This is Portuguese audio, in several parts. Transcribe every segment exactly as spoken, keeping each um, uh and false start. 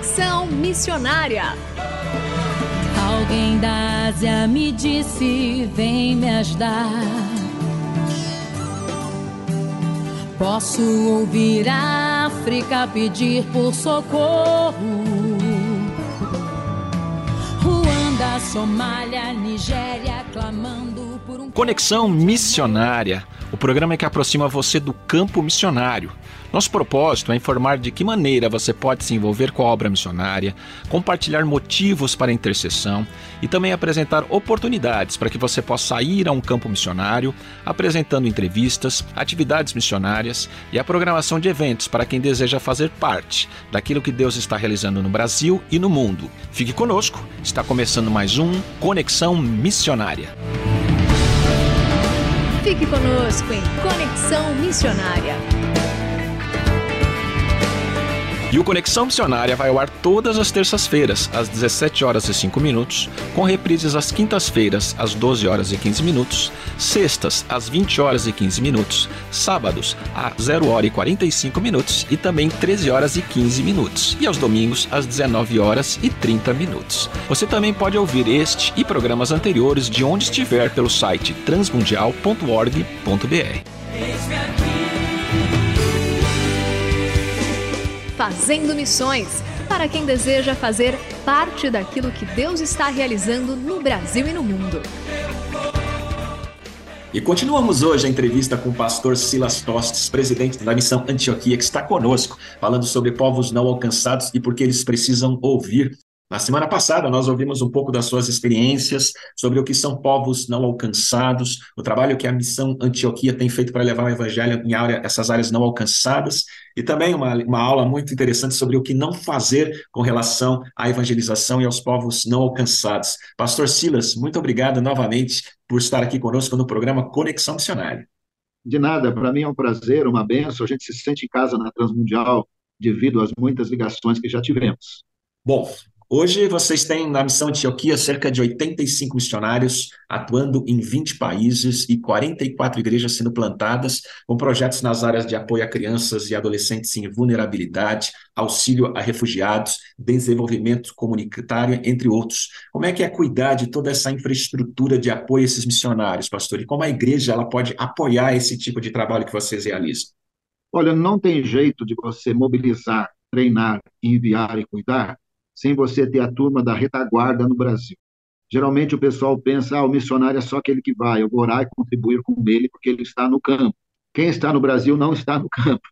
Conexão Missionária. Alguém da Ásia me disse, vem me ajudar. Posso ouvir a África pedir por socorro. Ruanda, Somália, Nigéria, clamando por um... Conexão Missionária, o programa que aproxima você do campo missionário. Nosso propósito é informar de que maneira você pode se envolver com a obra missionária, compartilhar motivos para a intercessão e também apresentar oportunidades para que você possa ir a um campo missionário, apresentando entrevistas, atividades missionárias e a programação de eventos para quem deseja fazer parte daquilo que Deus está realizando no Brasil e no mundo. Fique conosco, está começando mais um Conexão Missionária. Fique conosco em Conexão Missionária. E o Conexão Missionária vai ao ar todas as terças-feiras, às dezessete horas e cinco minutos, com reprises às quintas-feiras, às doze horas e quinze minutos, sextas, às vinte horas e quinze minutos, sábados, às zero hora e quarenta e cinco minutos e também treze horas e quinze minutos, e aos domingos, às dezenove horas e trinta minutos. Você também pode ouvir este e programas anteriores de onde estiver pelo site transmundial ponto org ponto br. Fazendo Missões, para quem deseja fazer parte daquilo que Deus está realizando no Brasil e no mundo. E continuamos hoje a entrevista com o pastor Silas Tostes, presidente da Missão Antioquia, que está conosco, falando sobre povos não alcançados e por que eles precisam ouvir. Na semana passada, nós ouvimos um pouco das suas experiências sobre o que são povos não alcançados, o trabalho que a Missão Antioquia tem feito para levar o evangelho em área, essas áreas não alcançadas, e também uma, uma aula muito interessante sobre o que não fazer com relação à evangelização e aos povos não alcançados. Pastor Silas, muito obrigado novamente por estar aqui conosco no programa Conexão Missionária. De nada, para mim é um prazer, uma bênção, a gente se sente em casa na Transmundial devido às muitas ligações que já tivemos. Bom, hoje vocês têm na Missão Antioquia cerca de oitenta e cinco missionários atuando em vinte países e quarenta e quatro igrejas sendo plantadas, com projetos nas áreas de apoio a crianças e adolescentes em vulnerabilidade, auxílio a refugiados, desenvolvimento comunitário, entre outros. Como é que é cuidar de toda essa infraestrutura de apoio a esses missionários, pastor? E como a igreja ela pode apoiar esse tipo de trabalho que vocês realizam? Olha, não tem jeito de você mobilizar, treinar, enviar e cuidar sem você ter a turma da retaguarda no Brasil. Geralmente o pessoal pensa, ah, o missionário é só aquele que vai, eu vou orar e contribuir com ele porque ele está no campo. Quem está no Brasil não está no campo.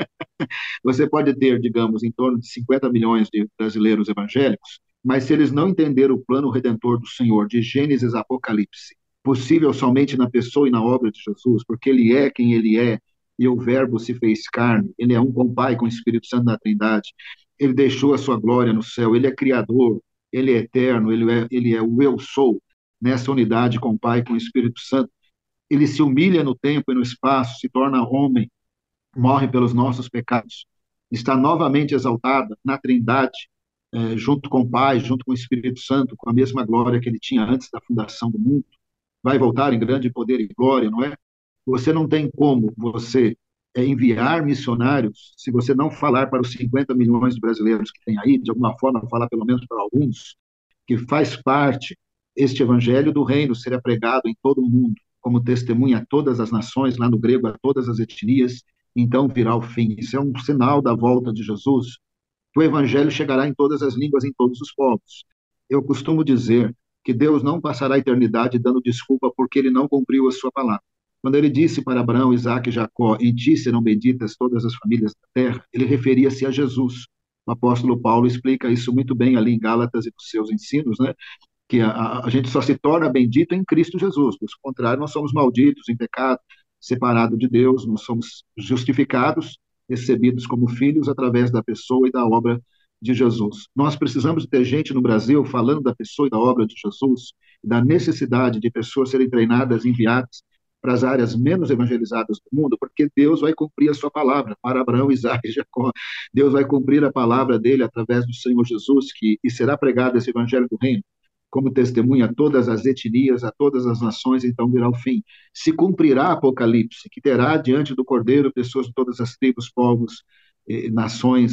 Você pode ter, digamos, em torno de cinquenta milhões de brasileiros evangélicos, mas se eles não entenderem o plano redentor do Senhor, de Gênesis a Apocalipse, possível somente na pessoa e na obra de Jesus, porque ele é quem ele é, e o verbo se fez carne, ele é um com o Pai, com o Espírito Santo na Trindade, ele deixou a sua glória no céu, ele é criador, ele é eterno, ele é, ele é o eu sou, nessa unidade com o Pai e com o Espírito Santo. Ele se humilha no tempo e no espaço, se torna homem, morre pelos nossos pecados, está novamente exaltado na Trindade, eh, junto com o Pai, junto com o Espírito Santo, com a mesma glória que ele tinha antes da fundação do mundo, vai voltar em grande poder e glória, não é? Você não tem como você é enviar missionários, se você não falar para os cinquenta milhões de brasileiros que tem aí, de alguma forma falar pelo menos para alguns, que faz parte este evangelho do reino ser pregado em todo o mundo, como testemunha a todas as nações, lá no grego a todas as etnias, então virá o fim. Isso é um sinal da volta de Jesus, que o evangelho chegará em todas as línguas, em todos os povos. Eu costumo dizer que Deus não passará a eternidade dando desculpa porque ele não cumpriu a sua palavra. Quando ele disse para Abraão, Isaque e Jacó, em ti serão benditas todas as famílias da terra, ele referia-se a Jesus. O apóstolo Paulo explica isso muito bem ali em Gálatas e nos seus ensinos, né? Que a, a gente só se torna bendito em Cristo Jesus. Do contrário, nós somos malditos, em pecado, separados de Deus, nós somos justificados, recebidos como filhos através da pessoa e da obra de Jesus. Nós precisamos ter gente no Brasil falando da pessoa e da obra de Jesus, da necessidade de pessoas serem treinadas, enviadas para as áreas menos evangelizadas do mundo, porque Deus vai cumprir a sua palavra para Abraão, Isaque e Jacó. Deus vai cumprir a palavra dele através do Senhor Jesus, que, e será pregado esse evangelho do reino, como testemunha a todas as etnias, a todas as nações, então virá o fim. Se cumprirá Apocalipse, que terá diante do Cordeiro pessoas de todas as tribos, povos, eh, nações,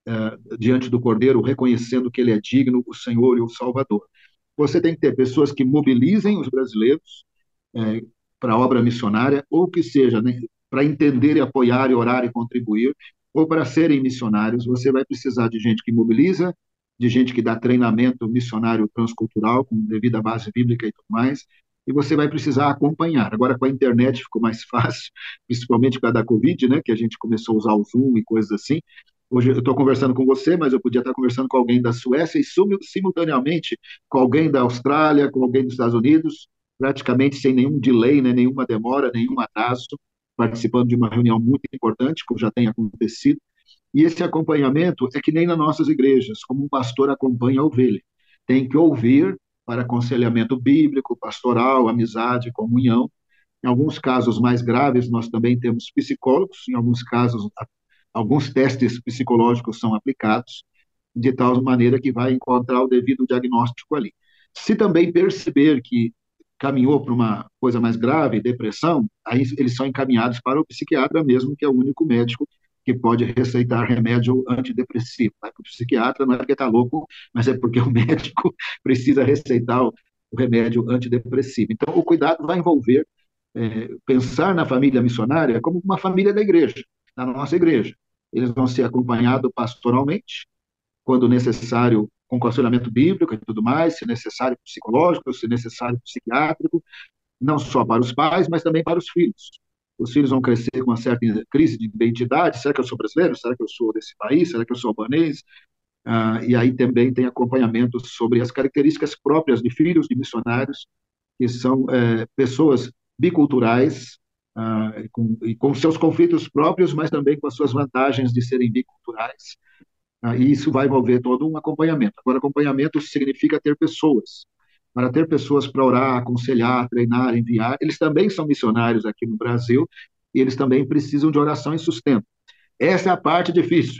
uh, diante do Cordeiro, reconhecendo que ele é digno, o Senhor e o Salvador. Você tem que ter pessoas que mobilizem os brasileiros é, para a obra missionária, ou que seja, né, para entender e apoiar e orar e contribuir, ou para serem missionários. Você vai precisar de gente que mobiliza, de gente que dá treinamento missionário transcultural, com devida base bíblica e tudo mais, e você vai precisar acompanhar. Agora, com a internet ficou mais fácil, principalmente por causa da Covid, né, que a gente começou a usar o Zoom e coisas assim. Hoje eu estou conversando com você, mas eu podia estar conversando com alguém da Suécia e simultaneamente com alguém da Austrália, com alguém dos Estados Unidos, praticamente sem nenhum delay, né, nenhuma demora, nenhum atraso, participando de uma reunião muito importante, como já tem acontecido. E esse acompanhamento é que nem nas nossas igrejas, como um pastor acompanha a ovelha. Tem que ouvir para aconselhamento bíblico, pastoral, amizade, comunhão. Em alguns casos mais graves, nós também temos psicólogos, em alguns casos, alguns testes psicológicos são aplicados, de tal maneira que vai encontrar o devido diagnóstico ali. Se também perceber que caminhou para uma coisa mais grave, depressão, aí eles são encaminhados para o psiquiatra mesmo, que é o único médico que pode receitar remédio antidepressivo. Vai para o psiquiatra, não é porque está louco, mas é porque o médico precisa receitar o remédio antidepressivo. Então, o cuidado vai envolver é, pensar na família missionária como uma família da igreja, da nossa igreja. Eles vão ser acompanhados pastoralmente, quando necessário, com aconselhamento bíblico e tudo mais, se necessário psicológico, se necessário psiquiátrico, não só para os pais, mas também para os filhos. Os filhos vão crescer com uma certa crise de identidade. Será que eu sou brasileiro? Será que eu sou desse país? Será que eu sou albanês? Ah, e aí também tem acompanhamento sobre as características próprias de filhos de missionários, que são é, pessoas biculturais, ah, com, e com seus conflitos próprios, mas também com as suas vantagens de serem biculturais. Ah, e isso vai envolver todo um acompanhamento. Agora, acompanhamento significa ter pessoas. Para ter pessoas para orar, aconselhar, treinar, enviar. Eles também são missionários aqui no Brasil e eles também precisam de oração e sustento. Essa é a parte difícil.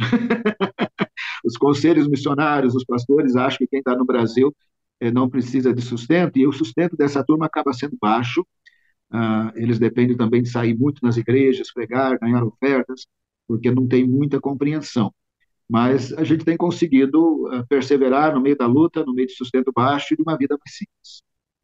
Os conselhos missionários, os pastores acham que quem está no Brasil eh, não precisa de sustento, e o sustento dessa turma acaba sendo baixo. Ah, eles dependem também de sair muito nas igrejas, pregar, ganhar ofertas, porque não tem muita compreensão. Mas a gente tem conseguido uh, perseverar no meio da luta, no meio de sustento baixo e de uma vida mais simples.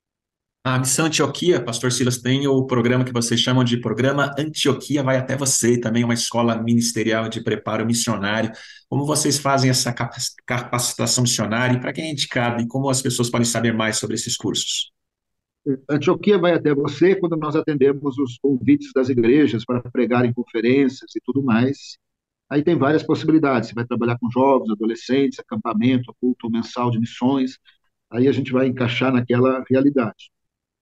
A Missão Antioquia, Pastor Silas, tem o programa que vocês chamam de Programa Antioquia Vai Até Você, também uma escola ministerial de preparo missionário. Como vocês fazem essa capacitação missionária e para quem é indicado e como as pessoas podem saber mais sobre esses cursos? Antioquia Vai Até Você quando nós atendemos os convites das igrejas para pregar em conferências e tudo mais. Aí tem várias possibilidades, você vai trabalhar com jovens, adolescentes, acampamento, culto mensal de missões, aí a gente vai encaixar naquela realidade.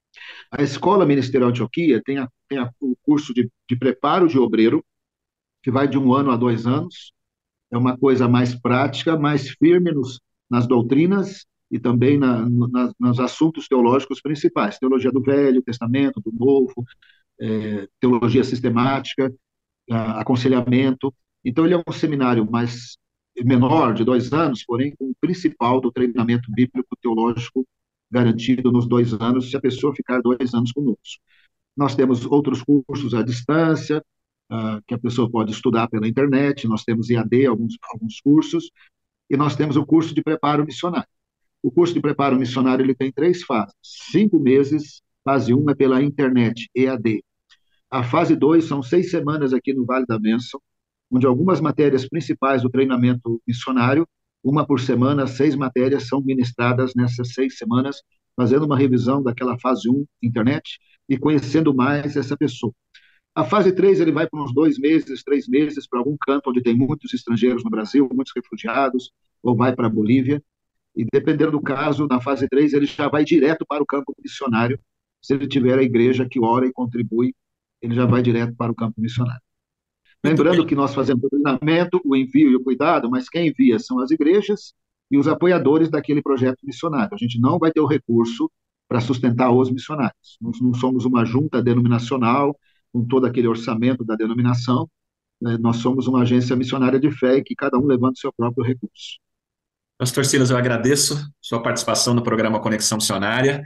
A Escola Ministerial Antioquia tem, a, tem a, o curso de, de preparo de obreiro, que vai de um ano a dois anos, é uma coisa mais prática, mais firme nos, nas doutrinas e também na, na, nos assuntos teológicos principais, teologia do Velho Testamento, do Novo, é, teologia sistemática, a, aconselhamento. Então, ele é um seminário mais menor, de dois anos, porém, com o principal do treinamento bíblico-teológico garantido nos dois anos, se a pessoa ficar dois anos conosco. Nós temos outros cursos à distância, uh, que a pessoa pode estudar pela internet, nós temos I A D, alguns, alguns cursos, e nós temos o curso de preparo missionário. O curso de preparo missionário ele tem três fases, cinco meses, fase um é pela internet, E A D. A fase dois são seis semanas aqui no Vale da Bênção, onde algumas matérias principais do treinamento missionário, uma por semana, seis matérias são ministradas nessas seis semanas, fazendo uma revisão daquela fase um, internet, e conhecendo mais essa pessoa. A fase três, ele vai para uns dois meses, três meses, para algum canto onde tem muitos estrangeiros no Brasil, muitos refugiados, ou vai para a Bolívia, e dependendo do caso, na fase três, ele já vai direto para o campo missionário. Se ele tiver a igreja que ora e contribui, ele já vai direto para o campo missionário. Lembrando que nós fazemos o treinamento, o envio e o cuidado, mas quem envia são as igrejas e os apoiadores daquele projeto missionário. A gente não vai ter o recurso para sustentar os missionários. Nós não somos uma junta denominacional com todo aquele orçamento da denominação. Nós somos uma agência missionária de fé e que cada um levanta o seu próprio recurso. Pastor Silas, eu agradeço sua participação no programa Conexão Missionária.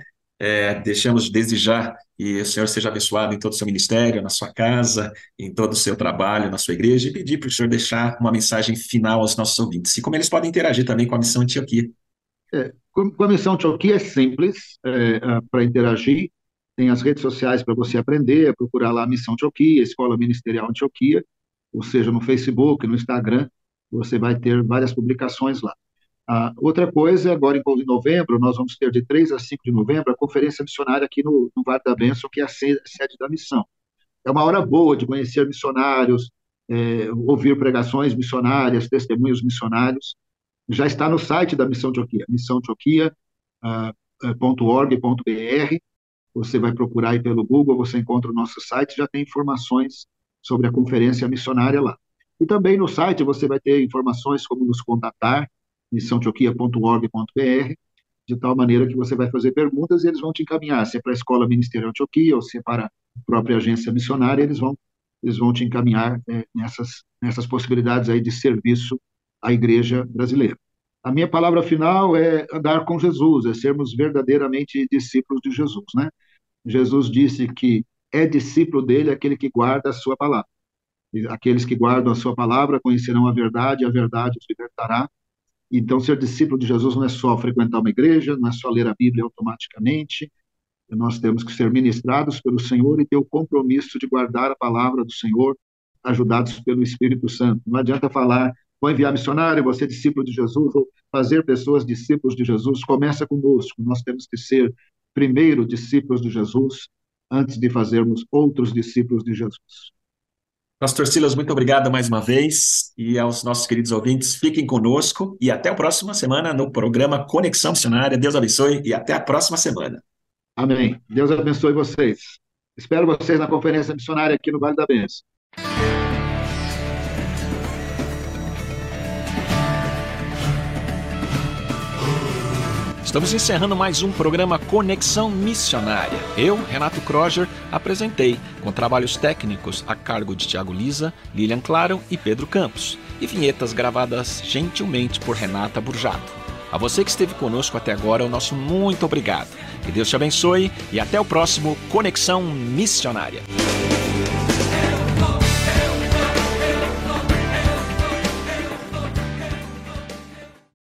É, deixamos desde já que o Senhor seja abençoado em todo o seu ministério, na sua casa, em todo o seu trabalho, na sua igreja, e pedir para o Senhor deixar uma mensagem final aos nossos ouvintes. E como eles podem interagir também com a Missão Antioquia. É, com, com a Missão Antioquia é simples é, para interagir. Tem as redes sociais para você aprender, procurar lá a Missão Antioquia, Escola Ministerial Antioquia, ou seja, no Facebook, no Instagram, você vai ter várias publicações lá. Ah, outra coisa, agora em novembro, nós vamos ter de três a cinco de novembro a conferência missionária aqui no, no Vale da Bênção, que é a sede da missão. É uma hora boa de conhecer missionários, é, ouvir pregações missionárias, testemunhos missionários. Já está no site da Missão Antioquia, missão antioquia ponto org ponto br. Você vai procurar aí pelo Google, você encontra o nosso site, já tem informações sobre a conferência missionária lá. E também no site você vai ter informações como nos contatar, missão antioquia ponto org ponto br, de tal maneira que você vai fazer perguntas e eles vão te encaminhar, se é para a Escola Ministerial Antioquia ou se é para a própria agência missionária, eles vão, eles vão te encaminhar é, nessas, nessas possibilidades aí de serviço à igreja brasileira. A minha palavra final é andar com Jesus, é sermos verdadeiramente discípulos de Jesus, né? Jesus disse que é discípulo dele aquele que guarda a sua palavra. E aqueles que guardam a sua palavra conhecerão a verdade, e a verdade os libertará. Então, ser discípulo de Jesus não é só frequentar uma igreja, não é só ler a Bíblia automaticamente. Nós temos que ser ministrados pelo Senhor e ter o compromisso de guardar a palavra do Senhor, ajudados pelo Espírito Santo. Não adianta falar, vou enviar missionário, você é discípulo de Jesus, ou fazer pessoas discípulos de Jesus. Começa conosco. Nós temos que ser primeiro discípulos de Jesus, antes de fazermos outros discípulos de Jesus. Pastor Silas, muito obrigado mais uma vez, e aos nossos queridos ouvintes, fiquem conosco e até a próxima semana no programa Conexão Missionária. Deus abençoe e até a próxima semana. Amém. Deus abençoe vocês. Espero vocês na conferência missionária aqui no Vale da Bênção. Estamos encerrando mais um programa Conexão Missionária. Eu, Renato Kroger, apresentei, com trabalhos técnicos a cargo de Tiago Lisa, Lilian Claro e Pedro Campos, e vinhetas gravadas gentilmente por Renata Burjato. A você que esteve conosco até agora, o nosso muito obrigado. Que Deus te abençoe e até o próximo Conexão Missionária.